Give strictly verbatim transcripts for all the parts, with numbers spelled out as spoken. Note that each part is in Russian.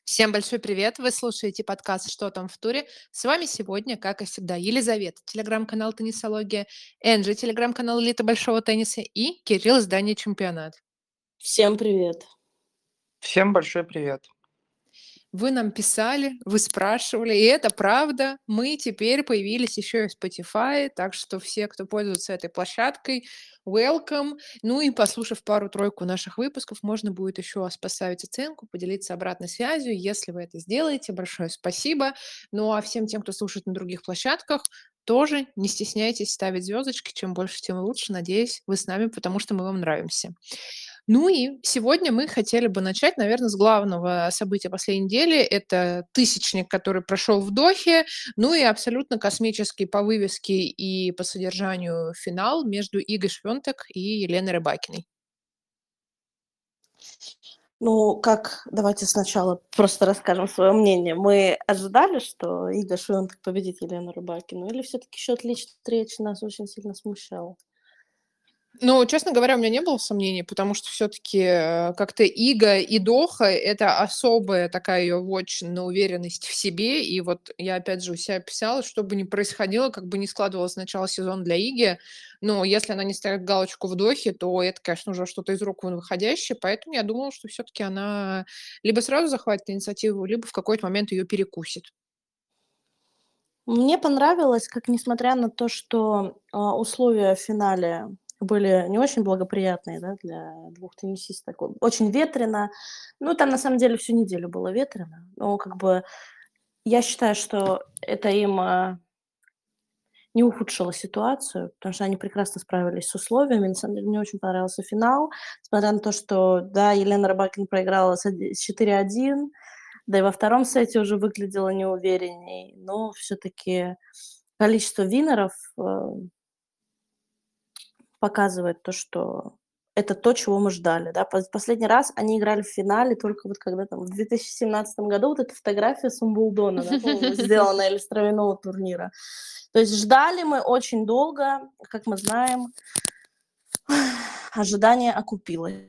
Всем большой привет! Вы слушаете подкаст «Что там в туре?». С вами сегодня, как и всегда, Елизавета, телеграм-канал «Теннисология», Энджи, телеграм-канал «Элита большого тенниса» и Кирилл, издание «Чемпионат». Всем привет. Всем большой привет. Вы нам писали, вы спрашивали, и это правда. Мы теперь появились еще и в Spotify, так что все, кто пользуется этой площадкой, welcome. Ну и послушав пару-тройку наших выпусков, можно будет еще вас поставить оценку, поделиться обратной связью. Если вы это сделаете, большое спасибо. Ну а всем тем, кто слушает на других площадках, тоже не стесняйтесь ставить звездочки. Чем больше, тем лучше. Надеюсь, вы с нами, потому что мы вам нравимся. Ну и сегодня мы хотели бы начать, наверное, с главного события последней недели. Это тысячник, который прошел в Дохе, ну и абсолютно космический по вывеске и по содержанию финал между Игой Швёнтек и Еленой Рыбакиной. Ну, как, давайте сначала просто расскажем свое мнение. Мы ожидали, что Ига Швёнтек победит Елену Рыбакину, или все-таки счет личной встречи нас очень сильно смущал? Ну, честно говоря, у меня не было сомнений, потому что все-таки э, как-то Ига и Доха– это особая такая ее вотчина на уверенность в себе. И вот я опять же у себя писала, что бы ни происходило, как бы ни складывалось начало сезона для Иги, но если она не ставит галочку в Дохе, то это, конечно, уже что-то из рук вон выходящее. Поэтому я думала, что все-таки она либо сразу захватит инициативу, либо в какой-то момент ее перекусит. Мне понравилось, как несмотря на то, что а, условия в финале были не очень благоприятные, да, для двух теннисисток, очень ветрено. Ну, там на самом деле всю неделю было ветрено, но как бы я считаю, что это им а, не ухудшило ситуацию, потому что они прекрасно справились с условиями. На самом деле мне очень понравился финал, несмотря на то, что, да, Елена Рыбакина проиграла с оди- с четыре один, да и во втором сете уже выглядела неуверенней, но все-таки количество винеров э, показывает то, что это то, чего мы ждали. Да? Пос- Последний раз они играли в финале только вот когда там в две тысячи семнадцатом году вот эта фотография с Умблдона, да, по-моему, сделана, или с травяного турнира. То есть ждали мы очень долго, как мы знаем, ожидание окупилось.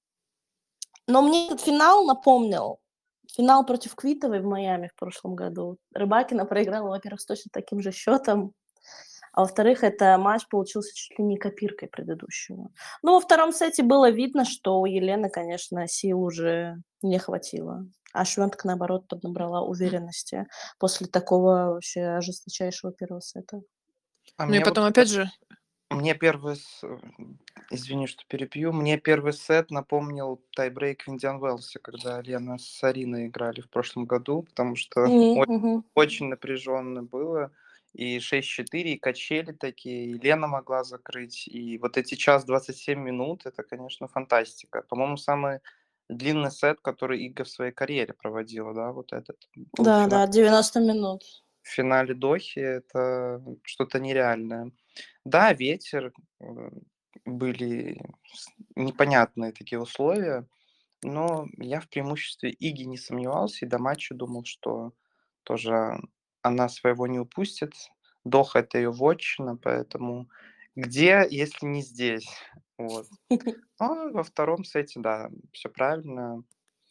Но мне этот финал напомнил финал против Квитовой в Майами в прошлом году. Рыбакина проиграла, во-первых, с точно таким же счетом, а во-вторых, это матч получился чуть ли не копиркой предыдущего. Ну, во втором сете было видно, что у Елены, конечно, сил уже не хватило. А Швёнтек, наоборот, поднабрала уверенности после такого вообще ожесточайшего первого сета. А Ну и мне вот потом, э, опять же, мне первый с э, извини, что перебью. Мне первый сет напомнил тайбрейк в Индиан Уэллсе, когда Лена с Ариной играли в прошлом году, потому что М, о- мгм. очень напряженно было. И шесть четыре, и качели такие, и Лена могла закрыть. И вот эти час двадцать семь минут, это, конечно, фантастика. По-моему, самый длинный сет, который Ига в своей карьере проводила, да, вот этот Да, полуфинал. да, девяносто минут. В финале Дохи это что-то нереальное. Да, ветер, э, были с непонятные такие условия, но я в преимуществе Иги не сомневался и до матча думал, что тоже она своего не упустит. Доха- это ее вотчина, поэтому где, если не здесь? Вот. А во втором сете, да, все правильно.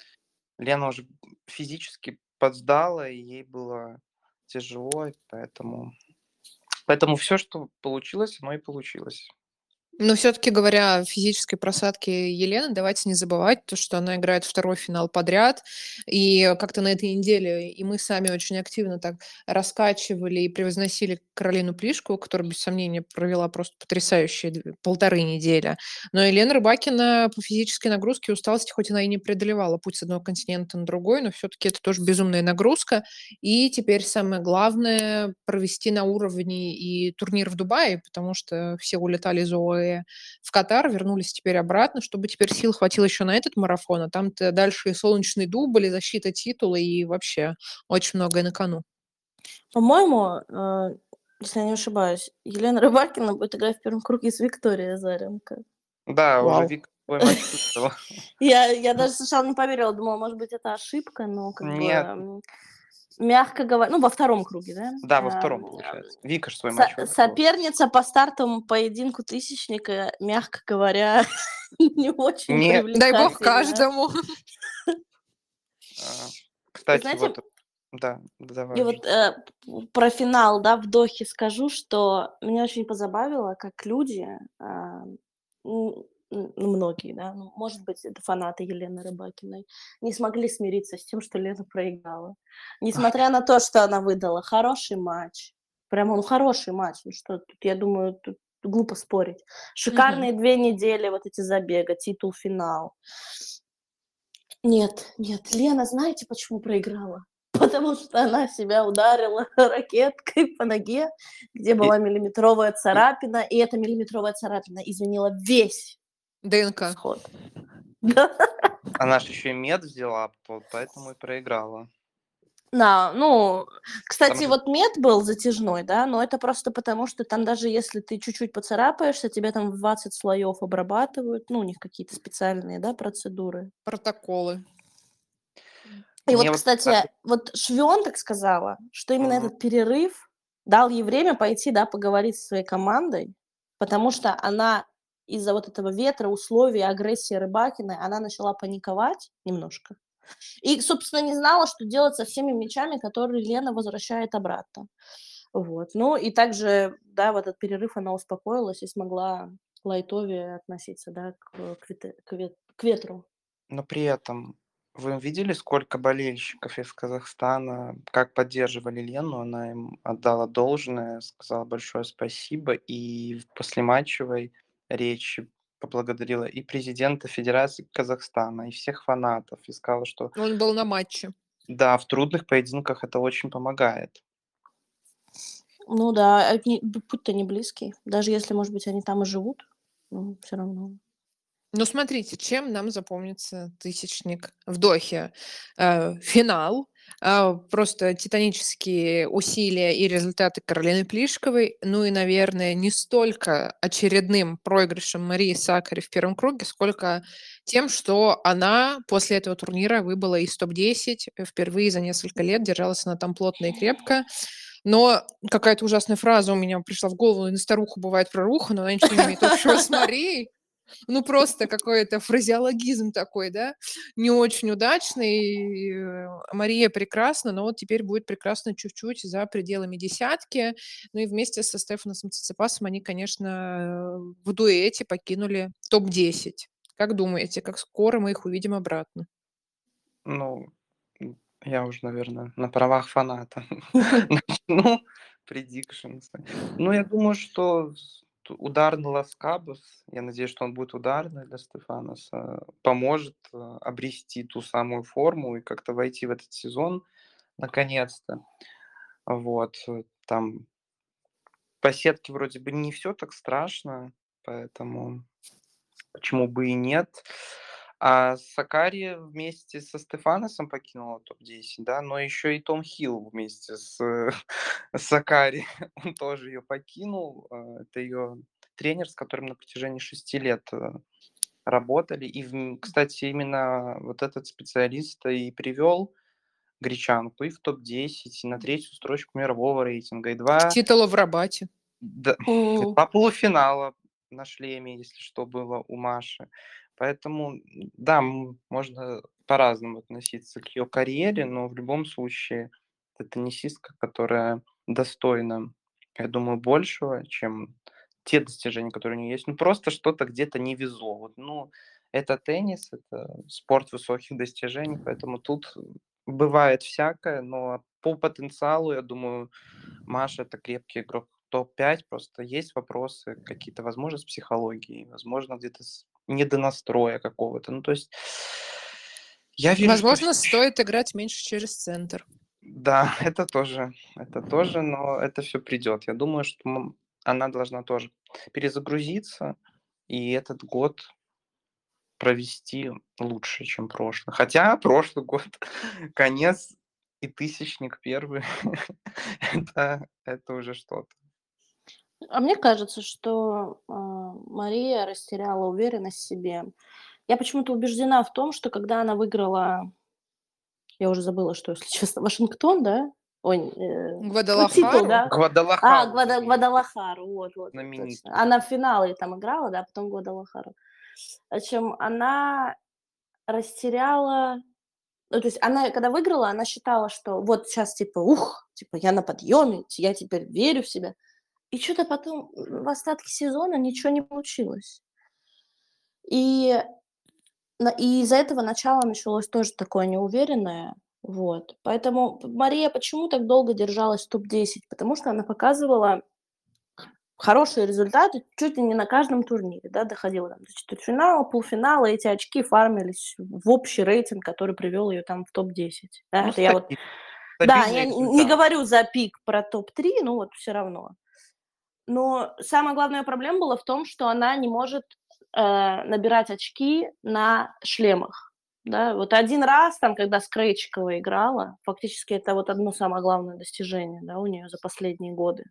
Лена уже физически подсдала, и ей было тяжело, и поэтому поэтому все, что получилось, оно и получилось. но все-таки говоря о физической просадке Елены, давайте не забывать то, что она играет второй финал подряд. И как-то на этой неделе и мы сами очень активно так раскачивали и превозносили Каролину Плишкову, которая, без сомнения, провела просто потрясающие д- полторы недели. Но Елена Рыбакина по физической нагрузке и усталости, хоть она и не преодолевала путь с одного континента на другой, но все-таки это тоже безумная нагрузка. И теперь самое главное провести на уровне и турнир в Дубае, потому что все улетали из ОАЭ в Катар, вернулись теперь обратно, чтобы теперь сил хватило еще на этот марафон, а там-то дальше и солнечный дубль, и защита титула, и вообще очень многое на кону. По-моему, э, если я не ошибаюсь, Елена Рыбакина будет играть в первом круге с Викторией Азаренко. Да, уже Вау. Вика свой матч выиграла. Я я даже сначала не поверила, думала, может быть, это ошибка, но как бы, Нет, м, мягко говоря, ну, во втором круге, да, да, во втором ам, получается. Вика ж свой со матч выиграла. соперница по стартовому поединку тысячника, мягко говоря, не очень Не, Дай бог привлекательная. каждому. а, к кстати, знаете, вот, да, и давай уже. вот э, п- про финал, да, в Дохе скажу, что меня очень позабавило, как люди, а, м, м, ну, многие, да, ну, может быть, это фанаты Елены Рыбакиной, не смогли смириться с тем, что Лена проиграла. Несмотря на то, что она выдала хороший матч, прям он хороший матч, ну что тут, я думаю, тут глупо спорить. Мгм. Шикарные две недели вот эти забега, титул, финал. Нет, нет, Лена, знаете, почему проиграла? Потому что она себя ударила ракеткой по ноге, где И, была миллиметровая и царапина, и эта миллиметровая царапина изменила весь ДНК. исход. Да. она же еще и мед взяла, по- поэтому и проиграла. Да, ну, Там кстати, же, вот мед был затяжной, да, но это просто потому, что там даже если ты чуть-чуть поцарапаешься, тебя там в двадцать слоев обрабатывают, ну, у них какие-то специальные, да, процедуры. Протоколы. И мне вот, вот кстати, нравится. вот Швёнтек сказала, что именно Мгм. этот перерыв дал ей время пойти, да, поговорить со своей командой, потому что она из-за вот этого ветра, условий, агрессии Рыбакиной, она начала паниковать немножко. И, собственно, не знала, что делать со всеми мячами, которые Лена возвращает обратно. Вот. Ну и также, да, в этот перерыв она успокоилась и смогла лайтовее относиться, да, к, к, вете- к вет- к ветру. Но при этом вы видели, сколько болельщиков из Казахстана, как поддерживали Лену, она им отдала должное, сказала большое спасибо, и в послематчевой речи поблагодарила и президента Федерации Казахстана, и всех фанатов, и сказала, что Он был на матче. да, в трудных поединках это очень помогает. Ну да, а не б путь-то не близкий. Даже если, может быть, они там и живут, ну, всё равно. Ну, смотрите, чем нам запомнится тысячник в Дохе? Э, финал, а, просто титанические усилия и результаты Каролины Плишковой. Ну и, наверное, не столько очередным проигрышем Марии Сакари в первом круге, сколько тем, что она после этого турнира выбыла из топ десять э, впервые за несколько лет. Держалась она там плотно и крепко. Но какая-то ужасная фраза у меня пришла в голову: «И на старуху бывает проруха», но она ничего не имеет общего с Марией. Ну, просто какой-то фразеологизм такой, да, не очень удачный. Э, Мария прекрасна, но вот теперь будет прекрасно чуть-чуть за пределами десятки. Ну и вместе со Стефаносом Циципасом они, конечно, э, в дуэте покинули топ десять. Как думаете, как скоро мы их увидим обратно? Ну, м, я уже, наверное, на правах фаната начну predictions. Ну, я думаю, что с т ударный Ласкабос, я надеюсь, что он будет ударный для Стефаноса, поможет, э, обрести ту самую форму и как-то войти в этот сезон наконец-то. Вот, э, там по сетке вроде бы не все так страшно, поэтому почему бы и нет. А Сакари вместе со Стефаносом покинула топ десять, да, но еще и Том Хилл вместе с э, Сакари, он тоже ее покинул. А, Это ее тренер, с которым на протяжении шести лет э, работали. И, в- кстати, именно вот этот специалист и привел гречанку и в топ десять, и на третью строчку мирового рейтинга, и К два титулу в Рабате. да, и М. два полуфинала на шлеме, если что, было у Маши. Поэтому, м, да, м, можно по-разному относиться к ее карьере, но в любом случае это теннисистка, которая достойна, я думаю, большего, чем те достижения, которые у нее есть. Ну, просто что-то где-то не везло. Вот, ну, это теннис, это спорт высоких достижений, поэтому тут бывает всякое, но по потенциалу, я думаю, Маша — это крепкий игрок топ пять, просто есть вопросы какие-то, возможно, с психологией, возможно, где-то с недонастроя какого-то. Ну, то есть я верю, что всё Возможно, ещё стоит играть меньше через центр. да, это тоже, это тоже, но это все придет. Я думаю, что м она должна тоже перезагрузиться и этот год провести лучше, чем прошлый. Хотя прошлый год конец и тысячник первый это это уже что-то. А мне кажется, что, а, Мария растеряла уверенность в себе. Я почему-то убеждена в том, что когда она выиграла, я уже забыла, что, если честно, Вашингтон, да? Ой, э, ну, титул, Гвадалахару? да? А, Гвадалахару Гвада знаменитый Гвадалахару, вот вот вот, точно. знаменитую. Она в финале там играла, да, потом Гвадалахару. В общем, она растеряла Ну, то есть она, когда выиграла, она считала, что вот сейчас, типа, ух, типа, я на подъеме, я теперь верю в себя. И что-то потом в остатке сезона ничего не получилось. И, на- и из-за этого начало началось тоже такое неуверенное. Вот. Поэтому Мария почему так долго держалась в топ десять? Потому что она показывала хорошие результаты чуть ли не на каждом турнире, да, доходила там до четвертьфинала, полуфинала, эти очки фармились в общий рейтинг, который привел ее там в топ десять. Да, Ну, это я вот, стабильный, да, я стабильный не результат. говорю за пик про топ три, ну вот все равно. Но самая главная проблема была в том, что она не может э, набирать очки на шлемах. Да, вот один раз, там, когда Скрейчикова играла, фактически это вот одно самое главное достижение, да, у нее за последние годы.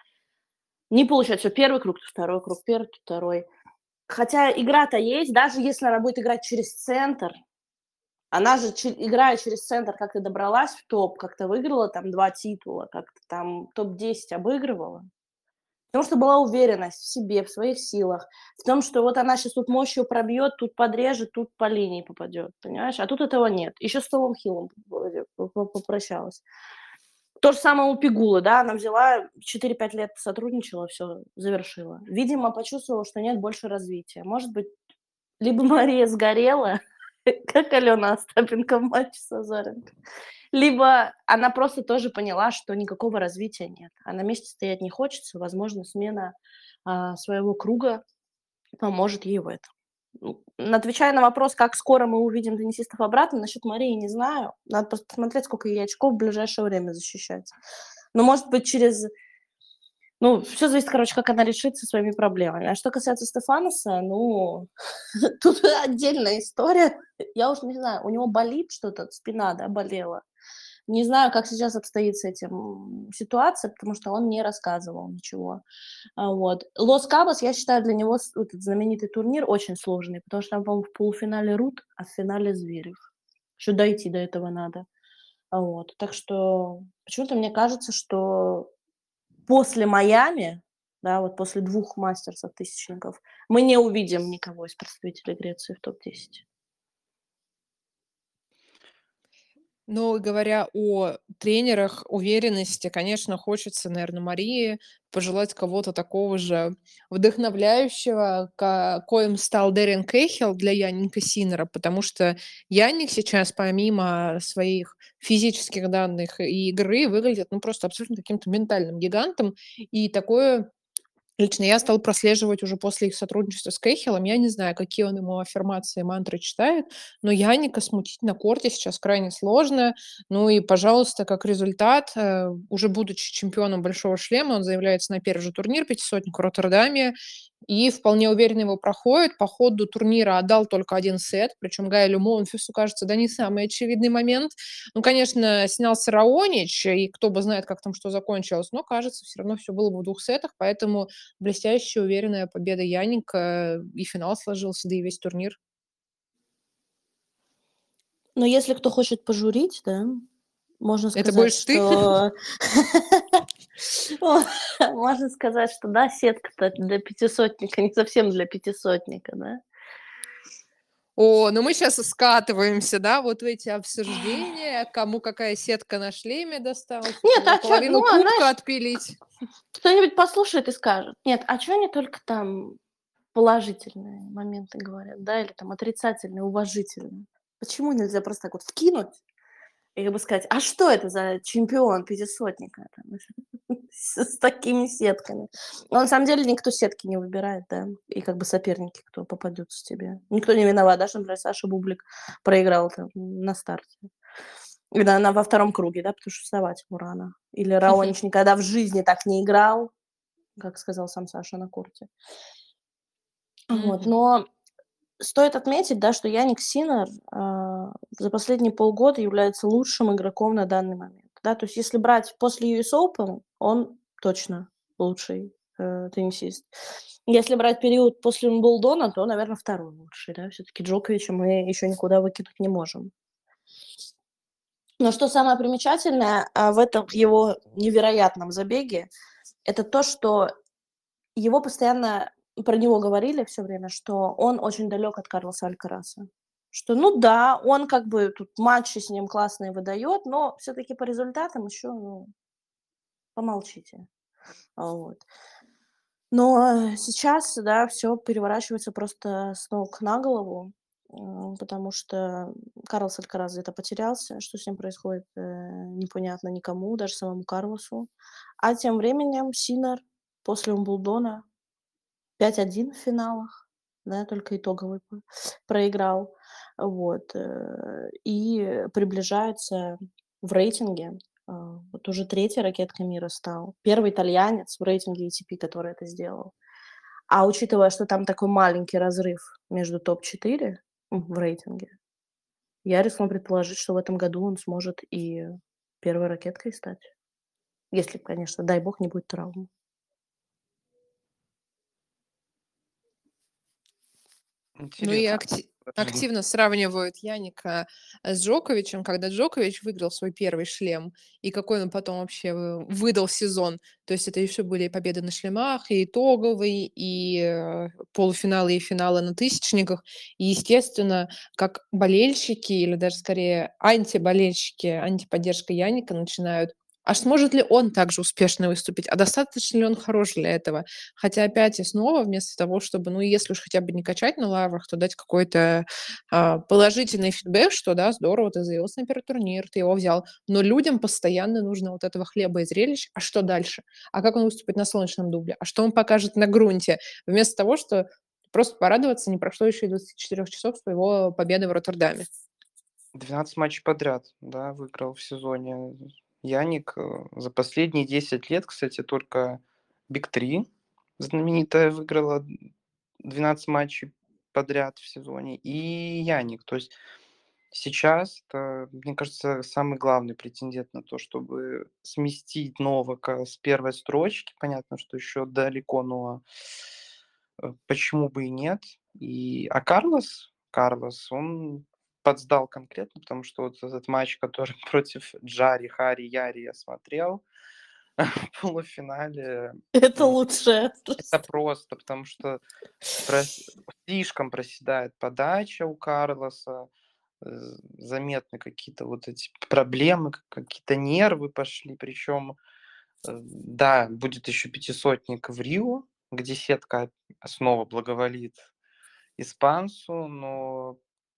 Не получается, первый круг, второй круг, первый, второй. Хотя игра-то есть, даже если она будет играть через центр, она же, че- играя через центр, как-то добралась в топ, как-то выиграла там два титула, как-то там топ десять обыгрывала. Потому что была уверенность в себе, в своих силах, в том, что вот она сейчас тут мощью пробьет, тут подрежет, тут по линии попадет, понимаешь? А тут этого нет. Еще с Томом Хиллом вроде попрощалась. То же самое у Пигулы, да, она взяла, четыре-пять лет сотрудничала, все, завершила. Видимо, почувствовала, что нет больше развития. Может быть, либо Мария сгорела, как Алена Остапенко в матче с Азаренко, либо она просто тоже поняла, что никакого развития нет, а на месте стоять не хочется. Возможно, смена а, своего круга поможет ей в этом. Ну, отвечая на вопрос, как скоро мы увидим теннисистов обратно, насчет Марии не знаю. Надо просто посмотреть, сколько ей очков в ближайшее время защищать. Но, может быть, через... Ну, все зависит, короче, как она решит со своими проблемами. А что касается Стефаноса, ну, тут отдельная история. Я уж не знаю, у него болит что-то, спина, да, болела. Не знаю, как сейчас обстоит с этим ситуация, потому что он не рассказывал ничего. А, вот. Лос Кабос, я считаю, для него с- этот знаменитый турнир очень сложный, потому что там, по-моему, в полуфинале Рут, а в финале Зверев. Еще дойти до этого надо. А, вот. Так что почему-то мне кажется, что после Майами, да, вот после двух мастерсов тысячников, мы не увидим никого из представителей Греции в топ десять. Но говоря о тренерах уверенности, конечно, хочется, наверное, Марии пожелать кого-то такого же вдохновляющего, ка- коим стал Дэрин Кейхел для Янника Синера, потому что Янник сейчас, помимо своих физических данных и игры, выглядит ну, просто абсолютно каким-то ментальным гигантом. И такое лично я стала прослеживать уже после их сотрудничества с Кейхелом. Я не знаю, какие он ему аффирмации, мантры читает, но Яника смутить на корте сейчас крайне сложно. Ну и, пожалуйста, как результат, э, уже будучи чемпионом Большого шлема, он заявляется на первый же турнир пятисотник в Роттердаме и вполне уверенно его проходит. По ходу турнира отдал только один сет, причем Гайлю Монфису, кажется, да не самый очевидный момент. Ну, конечно, снялся Раонич, и кто бы знает, как там что закончилось, но, кажется, все равно все было бы в двух сетах, поэтому блестящая, уверенная победа Яника, и финал сложился, да и весь турнир. Но если кто хочет пожурить, да, можно Это сказать, будешь ты? что можно сказать, что да, сетка-то для пятисотника не совсем для пятисотника, да. О, ну мы сейчас скатываемся, да, вот в эти обсуждения, кому какая сетка на шлеме досталась, у Нет, кого а чё, половину ну, а кубка знаешь, отпилить. кто-нибудь послушает и скажет: "Нет, а чё они только там положительные моменты говорят, да, или там отрицательные, уважительные? Почему нельзя просто так вот вкинуть и как бы сказать: "А что это за чемпион пятисотника там с с такими сетками?" Но на самом деле никто сетки не выбирает, да, и как бы соперники, кто попадется тебе. Никто не виноват, да, что, например, Саша Бублик проиграл там на старте. Или она во втором круге, да, потому что вставать ему рано. Или Раонич никогда в жизни так не играл, как сказал сам Саша на корте. Вот, Мгм. но стоит отметить, да, что Яник Синер, а, за последние полгода является лучшим игроком на данный момент. Да, то есть если брать после ю эс Open, он точно лучший, э, теннисист. Если брать период после Уимблдона, то, наверное, второй лучший, да. Все таки Джоковича мы еще никуда выкинуть не можем. Но что самое примечательное, а, в этом его невероятном забеге — это то, что его постоянно про него говорили все время, что он очень далек от Карлоса Алькараса. Что, ну да, он как бы тут матчи с ним классные выдает, но все-таки по результатам еще, ну, помолчите. А, Вот. Но э, сейчас, да, все переворачивается просто с ног на голову, м, потому что Карлос Алькарас где-то потерялся, что с ним происходит, э, непонятно никому, даже самому Карлосу. А тем временем Синер после Умблдона пять один в финалах, да, только итоговый п проиграл. Вот, э, и приближается в рейтинге. А, вот уже третьей ракеткой мира стал. Первый итальянец в рейтинге A T P, который это сделал. А учитывая, что там такой маленький разрыв между топ четыре, м, в рейтинге, я рискну предположить, что в этом году он сможет и первой ракеткой стать. Если, конечно, дай бог, не будет травмы. Ну и Интересно акти предложение. активно сравнивают Яника с Джоковичем, когда Джокович выиграл свой первый шлем, и какой он потом вообще в выдал сезон. То есть это еще были и победы на шлемах, и итоговый, и, э, полуфиналы, и финалы на тысячниках. И, естественно, как болельщики или даже скорее антиболельщики, антиподдержка Яника начинают: а сможет ли он также успешно выступить? А достаточно ли он хорош для этого? Хотя опять и снова вместо того, чтобы, ну, если уж хотя бы не качать на лаврах, то дать какой-то а, положительный фидбэк, что да, здорово, ты заявился на первый турнир, ты его взял. Но людям постоянно нужно вот этого хлеба и зрелищ. А что дальше? А как он выступит на солнечном дубле? А что он покажет на грунте? Вместо того, что просто порадоваться, не прошло еще и двадцати четырёх часов с его победы в Роттердаме. двенадцать матчей подряд, да, выиграл в сезоне Яник. Э, За последние десять лет, кстати, только Биг три знаменитая выиграла двенадцать матчей подряд в сезоне. И Яник. То есть сейчас это, мне кажется, самый главный претендент на то, чтобы сместить Новака с первой строчки. Понятно, что еще далеко, но э, почему бы и нет. И, а Карлос, Карлос, он подсдал конкретно, потому что вот этот матч, который против Джари, Хари, Яри я смотрел в полуфинале, Это м, лучшее. это просто, потому что прос- слишком проседает подача у Карлоса, э, заметны какие-то вот эти проблемы, к- какие-то нервы пошли, причем, э, да, будет еще пятисотник в Рио, где сетка снова благоволит испанцу, но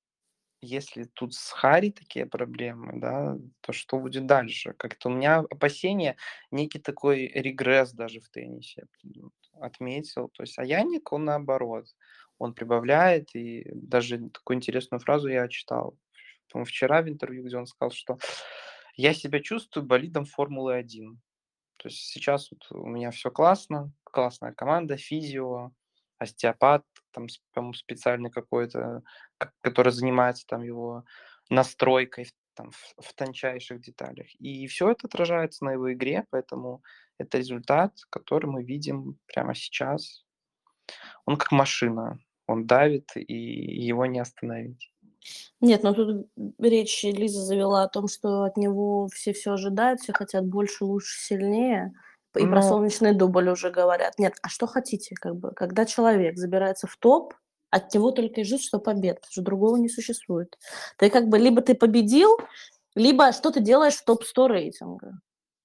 если тут с Хари такие проблемы, да, то что будет дальше? Как-то у меня опасения, некий такой регресс даже в теннисе м, отметил. То есть, а Яник, он наоборот, он прибавляет, и даже такую интересную фразу я читал, по-моему, вчера в интервью, где он сказал, что я себя чувствую болидом Формулы один. То есть сейчас вот у меня все классно, классная команда, физио, остеопат, там, с- по-моему, специальный какой-то, к- который занимается там его настройкой в- там, в, в тончайших деталях. И все это отражается на его игре, поэтому это результат, который мы видим прямо сейчас. Он как машина, он давит, и его не остановить. Нет, но тут речь Лиза завела о том, что от него все все ожидают, все хотят больше, лучше, сильнее. И про Ну, солнечный дубль уже говорят. Нет, а что хотите, как бы, когда человек забирается в топ, от него только и ждут, что побед, потому что другого не существует. Ты как бы либо ты победил, либо что ты делаешь в топ сто рейтинга.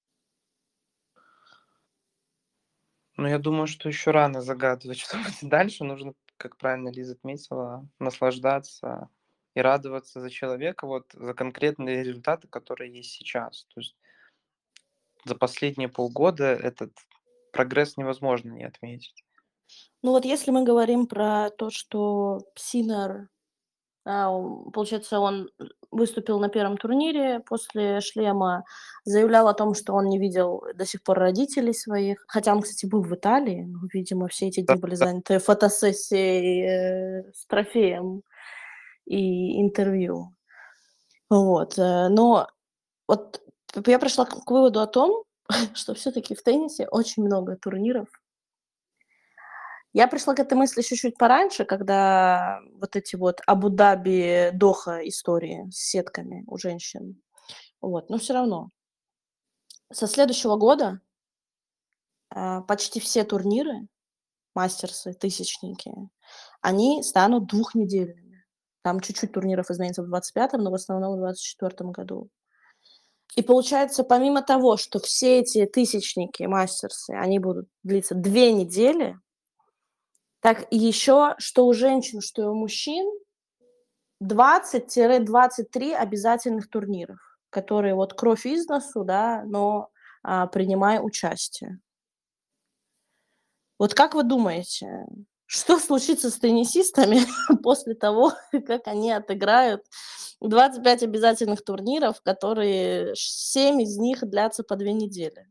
ну, я думаю, что еще рано загадывать, что будет дальше. Нужно, как правильно Лиза отметила, наслаждаться и радоваться за человека, вот за конкретные результаты, которые есть сейчас. То есть за последние полгода этот прогресс невозможно не отметить. Ну вот если мы говорим про то, что Синер, А, м, получается, он выступил на первом турнире после шлема, заявлял о том, что он не видел до сих пор родителей своих. Хотя он, кстати, был в Италии, но, видимо, все эти Да, дни были да. заняты фотосессией, э, с трофеем и интервью. Вот, э, но вот п я пришла к к выводу о том, что все таки в теннисе очень много турниров. Я пришла к этой мысли чуть-чуть пораньше, когда вот эти вот Абу-Даби, Доха истории с сетками у женщин. Вот, но все равно. Со следующего года, а, почти все турниры, мастерсы, тысячники, они станут двухнедельными. Там чуть-чуть турниров изменится в двадцать пятом, но в основном в двадцать четвёртом году. И получается, помимо того, что все эти тысячники, мастерсы, они будут длиться две недели, так и еще, что у женщин, что и у мужчин двадцать-двадцать три обязательных турниров, которые вот кровь из носу, да, но а, принимай участие. Вот как вы думаете, что случится с теннисистами после того, как они отыграют двадцать пять обязательных турниров, которые семь из них длятся по две недели?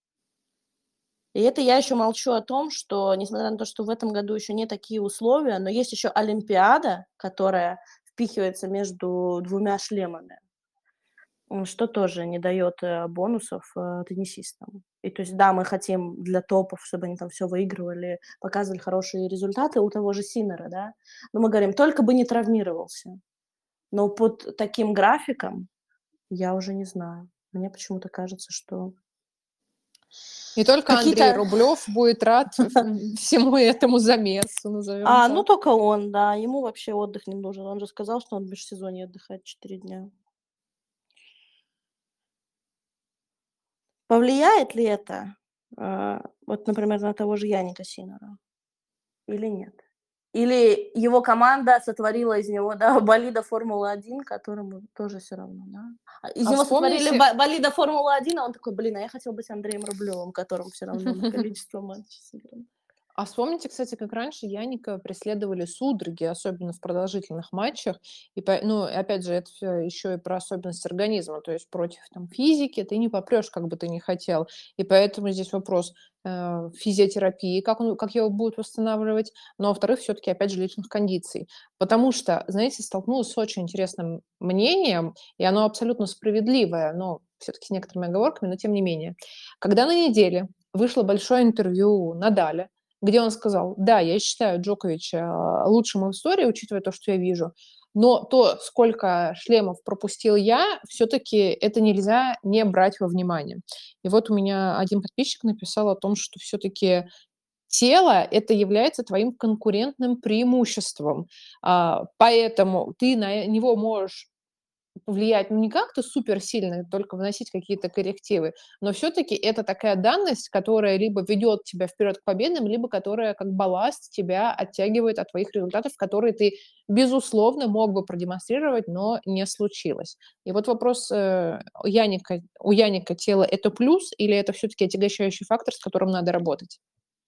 И это я еще молчу о том, что, несмотря на то, что в этом году еще не такие условия, но есть еще Олимпиада, которая впихивается между двумя шлемами, м, что тоже не дает э, бонусов э, теннисистам. И то есть, да, мы хотим для топов, чтобы они там все выигрывали, показывали хорошие результаты у того же Синнера, да, но мы говорим, только бы не травмировался. Но под таким графиком я уже не знаю. Мне почему-то кажется, что И только Андрей какие-то... Рублев будет рад в- всему этому замесу, назовем А, ну так. только он, да, ему вообще отдых не нужен. Он же сказал, что он в межсезонье отдыхает четыре дня. Повлияет ли это, а, вот, например, на того же Яника Синнера или нет? Или его команда сотворила из него, да, болида Формулы-один, которому тоже все равно, да? А, из А него сотворили вспомните, бо болида Формулы-один, а он такой: "Блин, а я хотел быть Андреем Рублевым, которому все равно на количество матчей сыграно". А вспомните, кстати, как раньше Яника преследовали судороги, особенно в продолжительных матчах. И, по- ну, и опять же, это все еще и про особенность организма. То есть против там, физики ты не попрешь, как бы ты ни хотел. И поэтому здесь вопрос э, физиотерапии, как, он, как его будут восстанавливать. Но, во-вторых, все-таки, опять же, личных кондиций. Потому что, знаете, столкнулась с очень интересным мнением, и оно абсолютно справедливое, но все-таки с некоторыми оговорками, но тем не менее. Когда на неделе вышло большое интервью Надаля, где он сказал: да, я считаю Джоковича лучшим в истории, учитывая то, что я вижу, но то, сколько шлемов пропустил я, все-таки это нельзя не брать во внимание. И вот у меня один подписчик написал о том, что все-таки тело — это является твоим конкурентным преимуществом, а, поэтому ты на него можешь повлиять, ну, не как-то суперсильно, только вносить какие-то коррективы, но все-таки это такая данность, которая либо ведет тебя вперед к победам, либо которая как балласт тебя оттягивает от твоих результатов, которые ты, безусловно, мог бы продемонстрировать, но не случилось. И вот вопрос э, у Яника, у Яника тело — это плюс или это все-таки отягощающий фактор, с которым надо работать?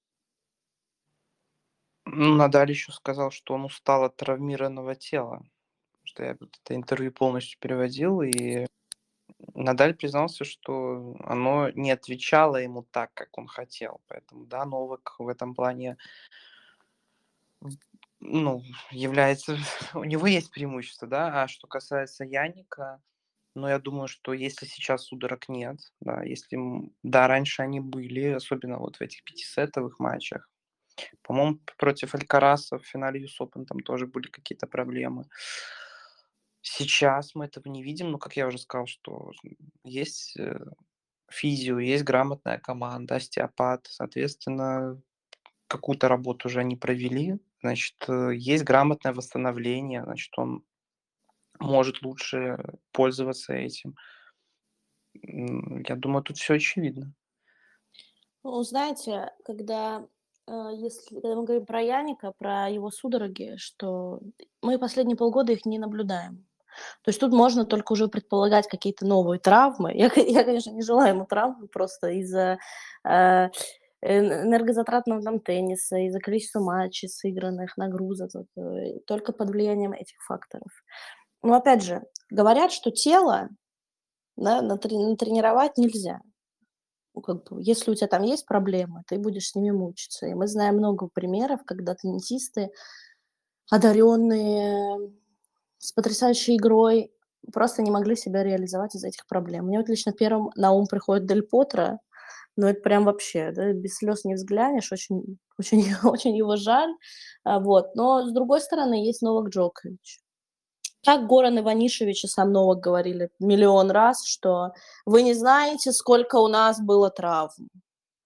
Ну, Надаль еще сказал, что он устал от травмированного тела. Что я вот это интервью полностью переводил, и Надаль признался, что оно не отвечало ему так, как он хотел. Поэтому, да, Новак в этом плане, м, ну, является... У него есть преимущество, да. А что касается Яника, ну, я думаю, что если сейчас судорог нет, да, если... м, Да, раньше они были, особенно вот в этих пятисетовых матчах. По-моему, против Алькараса в финале ю эс Open там тоже были какие-то проблемы. Сейчас мы этого не видим, но, как я уже сказал, что есть э, физио, есть грамотная команда, остеопат, соответственно, какую-то работу уже они провели, значит, э, есть грамотное восстановление, значит, он может лучше пользоваться этим. М, Я думаю, тут все очевидно. Ну, знаете, когда, э, если когда мы говорим про Яника, про его судороги, что мы последние полгода их не наблюдаем. То есть тут можно только уже предполагать какие-то новые травмы. Я, ко- я конечно, не желаю ему травмы просто из-за э, эн- энергозатратного там тенниса, из-за количества матчей сыгранных, нагрузок, вот, э, только под влиянием этих факторов. Но опять же, говорят, что тело, да, натре- натренировать нельзя. Ну, как бы, если у тебя там есть проблемы, ты будешь с ними мучиться. И мы знаем много примеров, когда теннисисты, одаренные, с потрясающей игрой, просто не могли себя реализовать из-за этих проблем. Мне вот лично первым на ум приходит Дель Потро, но это прям вообще, да, без слез не взглянешь, очень, очень, очень его жаль. А, вот. Но, с другой стороны, есть Новак Джокович. Как Горан Иванишевич и сам Новак говорили миллион раз, что вы не знаете, сколько у нас было травм.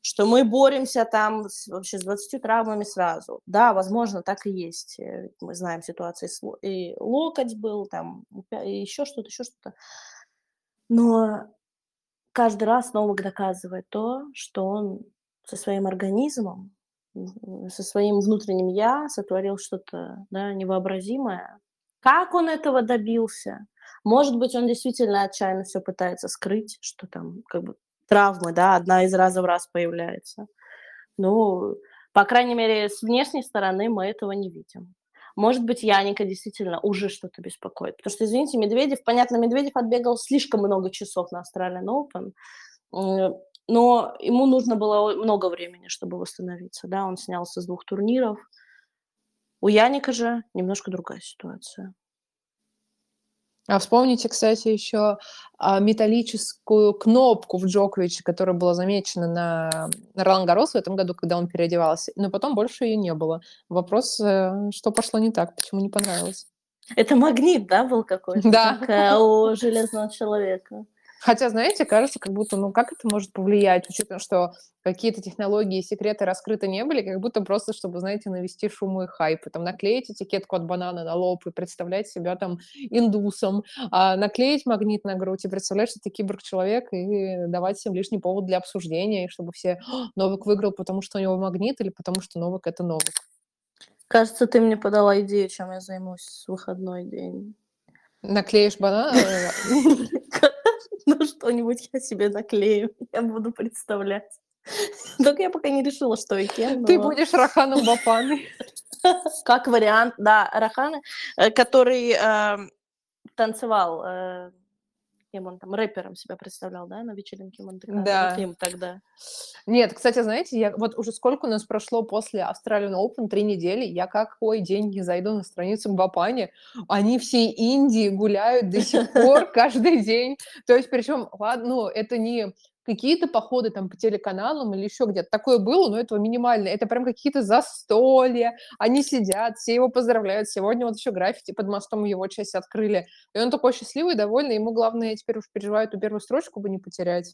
что мы боремся там с, вообще с двадцатью травмами сразу. Да, возможно, так и есть. Э, Мы знаем ситуации, с ло- и локоть был, там, и пя- и еще что-то, еще что-то. Но каждый раз Новак доказывает то, что он со своим организмом, м, со своим внутренним «я» сотворил что-то, да, невообразимое. Как он этого добился? Может быть, он действительно отчаянно все пытается скрыть, что там как бы травмы, да, одна из раза в раз появляется. Ну, по крайней мере, с внешней стороны мы этого не видим. Может быть, Яника действительно уже что-то беспокоит. Потому что, извините, Медведев, понятно, Медведев отбегал слишком много часов на Australian Open, м, но ему нужно было много времени, чтобы восстановиться. Да, он снялся с двух турниров. У Яника же немножко другая ситуация. А вспомните, кстати, еще а, металлическую кнопку в Джоковиче, которая была замечена на, на Ролан Гаррос в этом году, когда он переодевался, но потом больше ее не было. Вопрос, э, что пошло не так, почему не понравилось. Это магнит, да, был какой-то, Да. как э, у Железного человека. Хотя, знаете, кажется, как будто, ну, как это может повлиять, учитывая, что какие-то технологии и секреты раскрыты не были, как будто просто, чтобы, знаете, навести шуму и хайп. Там наклеить этикетку от банана на лоб и представлять себя там индусом, а наклеить магнит на грудь и представлять, что ты киборг-человек, и давать всем лишний повод для обсуждения, и чтобы все «О, Новак выиграл, потому что у него магнит, или потому что Новак — это Новак». Кажется, ты мне подала идею, чем я займусь в выходной день. Наклеишь банан, Ну, что-нибудь я себе наклею, я буду представлять. Только я пока не решила, что и кем, ты но будешь Раханом Бапаной. как вариант, да, Рахана, э, который эм, танцевал, э, кем он там, рэпером себя представлял, да, на вечеринке Монте-Карло. Вот Да. им тогда. Нет, кстати, знаете, я вот уже сколько у нас прошло после Australian Open, три недели, я какой день не зайду на страницу Мбапани, они все Индии гуляют до сих пор каждый день. То есть, причем, ладно, ну, это не какие-то походы там по телеканалам или еще где-то. Такое было, но этого минимально. Это прям какие-то застолья. Они сидят, все его поздравляют. Сегодня вот еще граффити под мостом его часть открыли. И он такой счастливый, довольный. Ему главное теперь уж переживает эту первую строчку бы не потерять.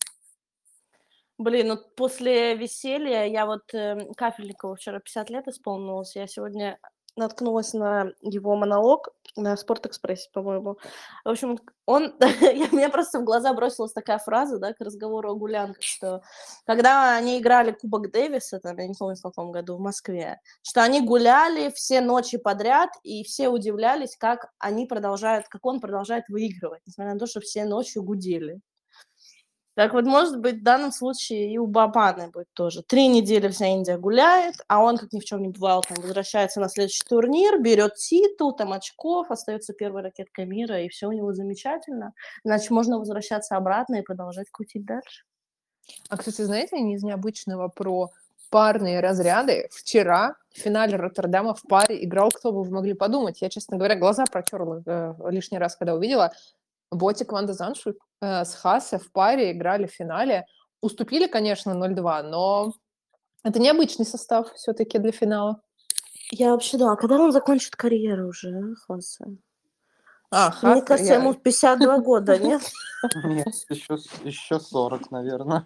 Блин, ну после веселья я вот э, Кафельникову вчера пятьдесят лет исполнилось. Я сегодня наткнулась на его монолог на Спортэкспрессе, по-моему. В общем, он, я, мне просто в глаза бросилась такая фраза, да, к разговору о гулянках, что когда они играли Кубок Дэвиса, там, я не помню в каком году, в Москве, что они гуляли все ночи подряд, и все удивлялись, как они продолжают, как он продолжает выигрывать, несмотря на то, что все ночью гудели. Так вот, может быть, в данном случае и у Бабаны будет тоже. Три недели вся Индия гуляет, а он, как ни в чем не бывало, там, возвращается на следующий турнир, берет титул, там, очков, остается первой ракеткой мира, и все у него замечательно. Значит, можно возвращаться обратно и продолжать крутить дальше. А, кстати, знаете, не из необычного про парные разряды. Вчера в финале Роттердама в паре играл, кто бы вы могли подумать. Я, честно говоря, глаза протерла э, лишний раз, когда увидела. Ботик Ван де Заншуль э, с Хасе в паре играли в финале. Уступили, конечно, ноль два, но это необычный состав все-таки для финала. Я вообще, да, а когда он закончит карьеру уже, а, Хаса? А, Мне Хас, кажется, ему я... пятьдесят два года, нет? Нет, еще, еще сорок, наверное.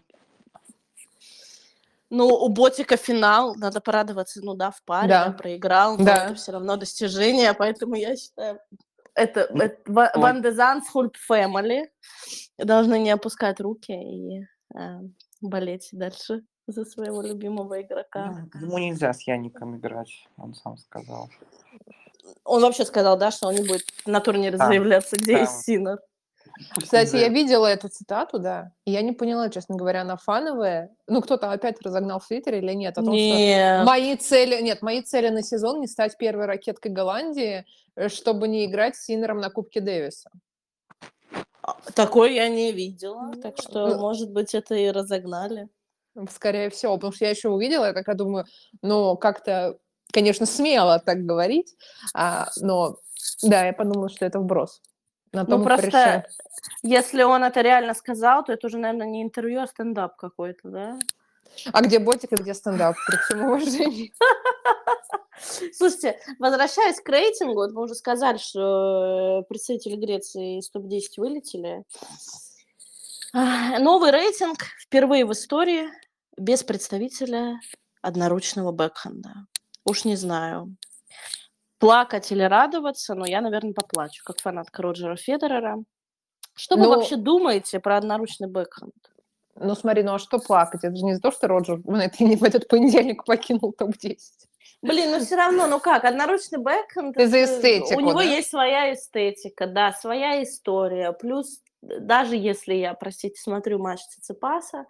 Ну, у Ботика финал, надо порадоваться, ну да, в паре, да, Да, проиграл, но это да. все равно достижение, поэтому я считаю, это, Ну, это Ва- ой, Ван де Зандскульп Family должны не опускать руки и э, болеть дальше за своего любимого игрока. ну, ему нельзя с Яником играть, он сам сказал. Он вообще сказал, да, что он не будет на турнире Да, заявляться, где да. есть Синер. Пусть не Кстати, я зовет. видела эту цитату, да, и я не поняла, честно говоря, она фановая. Ну, кто-то опять разогнал в Твиттере или нет, о том, что Нет, мои цели... Нет, мои цели на сезон не стать первой ракеткой Голландии, э, чтобы не играть с Синером на Кубке Дэвиса. такой я не видела, так что, Ну, может быть, это и разогнали. скорее всего, потому что я еще увидела, я такая думаю, ну, как-то, конечно, смело так говорить, а, но да, я подумала, что это вброс. На Ну, том и порешили. просто, если он это реально сказал, то это уже, наверное, не интервью, а стендап какой-то, да? А где ботик и где стендап, при всем уважении? Слушайте, возвращаясь к рейтингу, вот вы уже сказали, что э, представители Греции из топ десять вылетели. А, Новый рейтинг впервые в истории без представителя одноручного бэкхенда. Уж не знаю, плакать или радоваться, но я, наверное, поплачу, как фанатка Роджера Федерера. Что вы вообще Ну, думаете про одноручный бэкхенд? ну смотри, ну а что плакать? Это же не за то, что Роджер в этой- в этот понедельник покинул топ десять. Блин, ну все равно, ну как, одноручный бэкхенд, Ты за это- у эстетику, него да? есть своя эстетика, да, своя история. Плюс, д- даже если я, простите, смотрю матч Циципаса,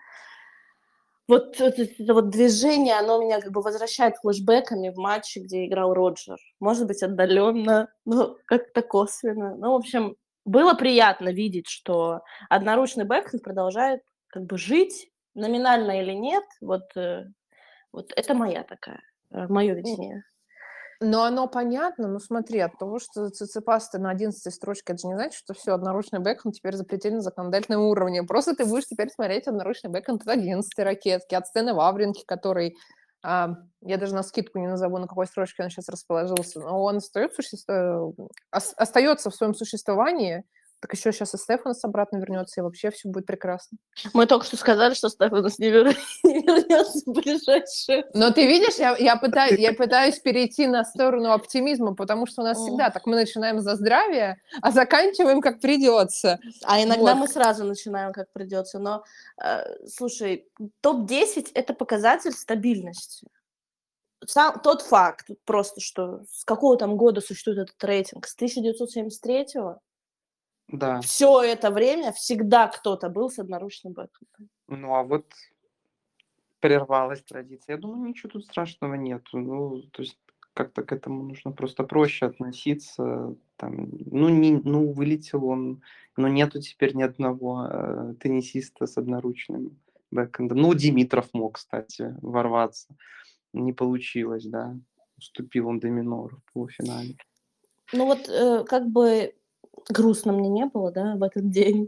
вот это, это вот движение, оно меня как бы возвращает флешбэками в матче, где играл Роджер. Может быть, отдаленно, но как-то косвенно. Ну, в общем, было приятно видеть, что одноручный бэкхенд продолжает как бы жить, номинально или нет. Вот, э, вот это моя такая, мое видение. Но оно понятно, ну смотри, от того, что Циципас ты на одиннадцатой строчке, это же не значит, что все, одноручный бэкхенд теперь запретили на законодательном уровне. Просто ты будешь теперь смотреть одноручный бэкхенд от одиннадцатой ракетки, от Стэна Вавринки, который, а, я даже на скидку не назову, на какой строчке он сейчас расположился, но он остается, суще- ос- остается в своем существовании, так еще сейчас и Стефанос обратно вернется, и вообще все будет прекрасно. Мы только что сказали, что Стефанос не, вер... не вернется в ближайшее Но ты время. видишь, я, я, пытаюсь, я пытаюсь перейти на сторону оптимизма, потому что у нас М. всегда так, мы начинаем за здравие, а заканчиваем как придется. А иногда Вот. мы сразу начинаем, как придется. Но, э, слушай, топ десять это показатель стабильности. Сам, тот факт просто, что с какого там года существует этот рейтинг, с тысяча девятьсот семьдесят третьего, Да. все это время всегда кто-то был с одноручным бэкхендом. Ну, а вот прервалась традиция. Я думаю, ничего тут страшного нету. Ну, то есть как-то к этому нужно просто проще относиться. Там, ну, не, ну, вылетел он, но нету теперь ни одного э, теннисиста с одноручным бэкэндом. Ну, Димитров мог, кстати, ворваться. Не получилось, да. Уступил он Доминору в полуфинале. Ну вот э, как бы грустно мне не было, да, в этот день.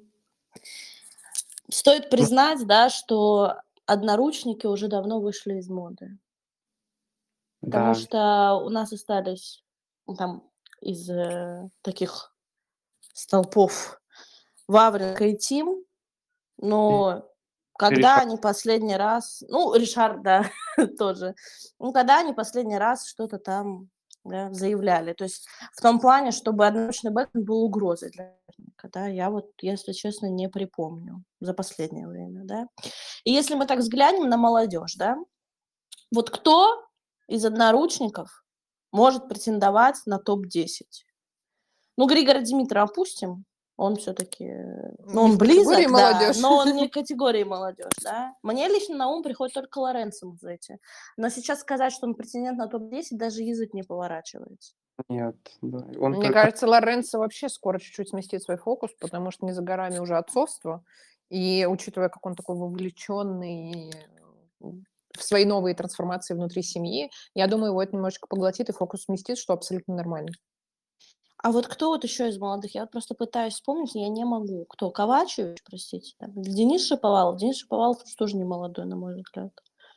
Стоит признать, да, что одноручники уже давно вышли из моды. Потому Да. что у нас остались, ну, там из, э, таких столпов Вавринка и Тим, но когда Решал. они последний раз, ну, Ришар, да, тоже, ну, когда они последний раз что-то там, да, заявляли. То есть в том плане, чтобы одноручный бэкэнд был угрозой для соперника, да, я вот, если честно, не припомню за последнее время, да. И если мы так взглянем на молодежь, да, вот кто из одноручников может претендовать на топ десять? Ну, Григора Димитрова опустим, он все-таки, ну, Не он в категории близок, да, молодежь. но он не категории молодежь, да. Мне лично на ум приходит только Лоренцо Музетти. Но сейчас сказать, что он претендент на топ десять, даже язык не поворачивается. Нет, да. Он Мне только... кажется, Лоренцо вообще скоро чуть-чуть сместит свой фокус, потому что не за горами уже отцовство. И учитывая, как он такой вовлеченный в свои новые трансформации внутри семьи, я думаю, его это немножечко поглотит и фокус сместит, что абсолютно нормально. А вот кто вот еще из молодых? Я вот просто пытаюсь вспомнить, я не могу. Кто? Ковачевич, простите. Там, или Денис Шаповалов. Денис Шаповалов тоже не молодой, на мой взгляд.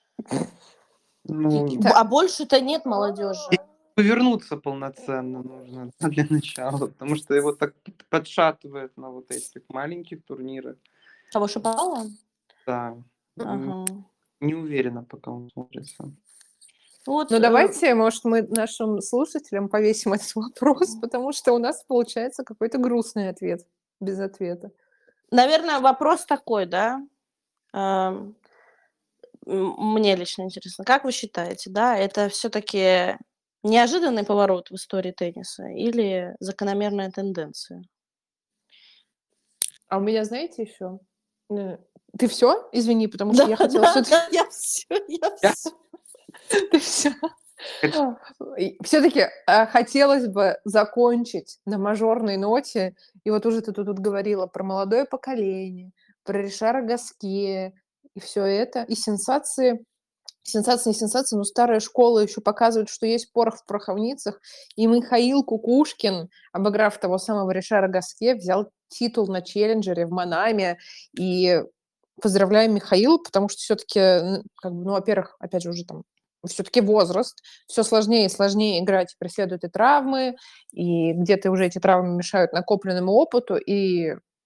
Ну, Б- А больше-то нет молодежи. повернуться полноценно нужно да, для начала, потому что его так подшатывает на вот этих маленьких турнирах. Кого Шаповалова? Да, н- Ага. не уверена, пока он смотрится. Вот, Ну, э, давайте, может, мы нашим слушателям повесим этот вопрос, потому что у нас получается какой-то грустный ответ без ответа. наверное, вопрос такой, да? Ам, м, Мне лично интересно, как вы считаете, да, это все-таки неожиданный поворот в истории тенниса или закономерная тенденция? А у меня, знаете, еще... Ты все? Извини, потому что Да, я хотела да, все-таки... да, я все, я Я все. Ты все. хочу- Все-таки э, хотелось бы закончить на мажорной ноте. И вот уже ты тут, тут говорила про молодое поколение, про Ришара Гаске и все это. И сенсации, сенсации, не сенсации, но старая школа еще показывает, что есть порох в пороховницах. И Михаил Кукушкин, обыграв того самого Ришара Гаске, взял титул на челленджере в Манаме. И поздравляем Михаила, потому что все-таки, как бы, ну, во-первых, опять же, уже там все-таки возраст, все сложнее и сложнее играть, преследуют и травмы, и где-то уже эти травмы мешают накопленному опыту, и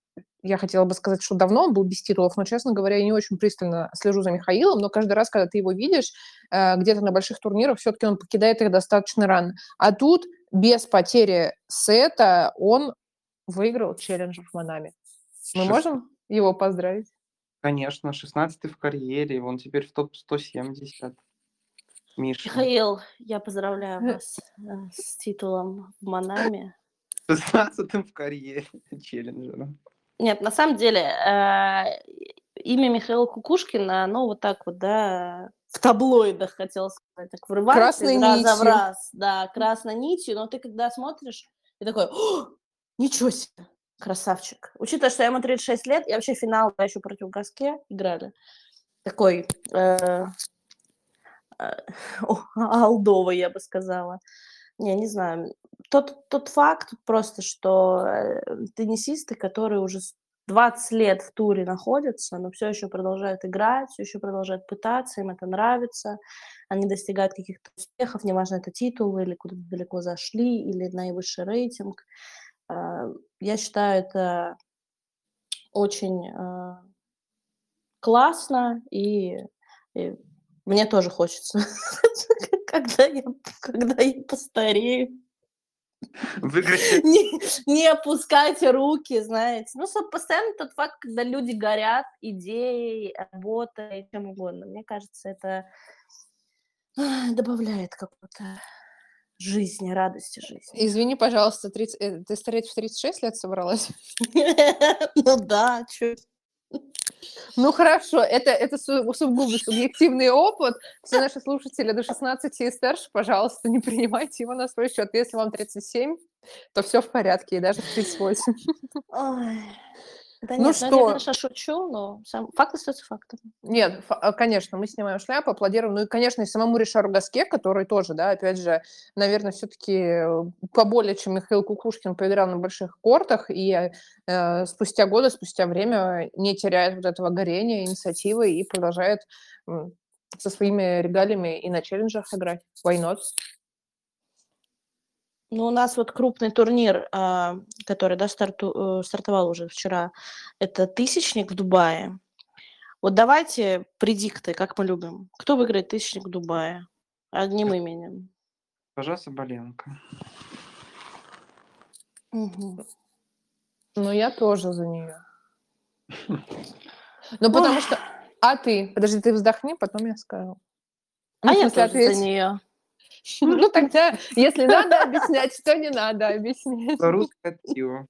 я хотела бы сказать, что давно он был без титулов, но, честно говоря, я не очень пристально слежу за Михаилом, но каждый раз, когда ты его видишь э, где-то на больших турнирах, все-таки он покидает их достаточно рано. А тут без потери сета он выиграл челленджер в Манаме. Мы Шест- можем его поздравить? Конечно, шестнадцатый в карьере, он теперь в топ сто семьдесят. Миша. Михаил, я поздравляю вас э, с титулом в Манаме. шестнадцатым в карьере челленджера. Нет, на самом деле, э, имя Михаила Кукушкина, оно вот так вот, да, в таблоидах, хотела сказать, так врывается Красной из раза в нитью. раз, да, красной нитью, но ты когда смотришь, ты такой, «О, ничего себе, красавчик». Учитывая, что я ему тридцать шесть лет, я вообще финал еще против Гаске играли. Такой э, э, о, олдовый, я бы сказала. Не, не знаю. Тот, тот факт просто, что э, теннисисты, которые уже с двадцать лет в туре находятся, но все еще продолжают играть, все еще продолжают пытаться, им это нравится, они достигают каких-то успехов, неважно, это титулы или куда-то далеко зашли, или наивысший рейтинг. Э, Я считаю, это очень э, классно, и, и мне тоже хочется, когда я, когда я постарею, Выиграть не, не опускайте руки, знаете. Ну, со- постоянно тот факт, когда люди горят идеей, работой, чем угодно. Мне кажется, это ах, добавляет какой-то жизни, радости жизни. Извини, пожалуйста, тридцать э, ты стареть в тридцать шесть лет собралась? Ну да, чё. Ну хорошо, это, это су- сугубо субъективный опыт. Все наши слушатели до шестнадцати и старше, пожалуйста, не принимайте его на свой счет. Если вам тридцать семь, то все в порядке, и даже в тридцать восемь. Ой. Да Ну нет, ну это я, что, конечно, шучу, но сам факт остается фактом. нет, фа- а, конечно, мы снимаем шляпу, аплодируем. Ну и, конечно, и самому Ришару Гаске, который тоже, да, опять же, наверное, все-таки поболее, чем Михаил Кукушкин, поиграл на больших кортах, и э, спустя годы, спустя время не теряет вот этого горения, инициативы и продолжает м, со своими регалиями и на челленджах играть. Why not? Ну, у нас вот крупный турнир, а, который, да, старту- э, стартовал уже вчера, это тысячник в Дубае. Вот давайте предикты, как мы любим. Кто выиграет тысячник в Дубае? Одним именем. Госпожа Соболенко. Мгм. Ну, я тоже за нее. Ну, Ох, потому что... А ты? Подожди, ты вздохни, потом я скажу. а Ну, в я смысле, тоже за ответь. нее. Ну, тогда, если надо объяснять, то не надо объяснять. Русское пиво.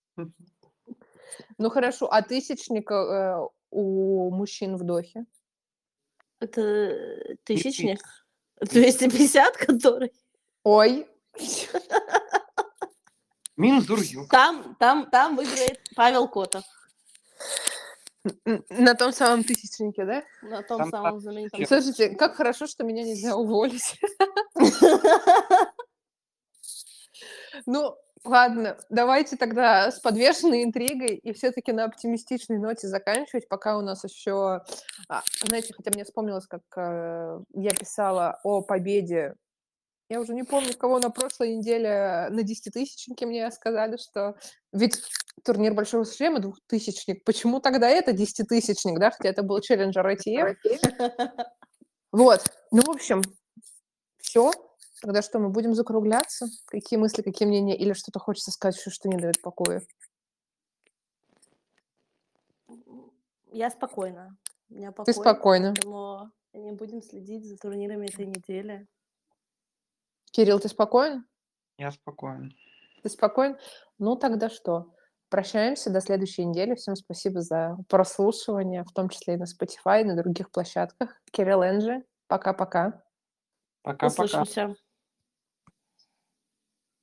Ну, хорошо. А тысячник э, у мужчин в Дохе? Это Не тысячник. тысяч. двести пятьдесят, который. Ой. Минзурюк. Там, там, там выиграет Павел Котов. Н- На том самом тысячнике, да? На том Там самом знаменитом Честно. Слушайте, тысячнике. как хорошо, что меня нельзя уволить. Ну, ладно, давайте тогда с подвешенной интригой и все-таки на оптимистичной ноте заканчивать, пока у нас еще... а, знаете, хотя мне вспомнилось, как э, я писала о победе. Я уже не помню, кого на прошлой неделе на десятитысячнике мне сказали, что ведь турнир Большого шлема двухтысячник. Почему тогда это десятитысячник, да? Хотя это был челленджер ай ти эф. Вот. Ну, в общем, все. Тогда что, мы будем закругляться? Какие мысли, какие мнения? Или что-то хочется сказать, что, что не дает покоя? Я спокойна. У меня Ты покой, спокойна. поэтому не будем следить за турнирами этой недели. Кирилл, ты спокоен? Я спокоен. Ты спокоен? Ну, тогда что? Прощаемся до следующей недели. Всем спасибо за прослушивание, в том числе и на Spotify, и на других площадках. Кирилл Энджи, пока-пока. Пока-пока. Услышимся.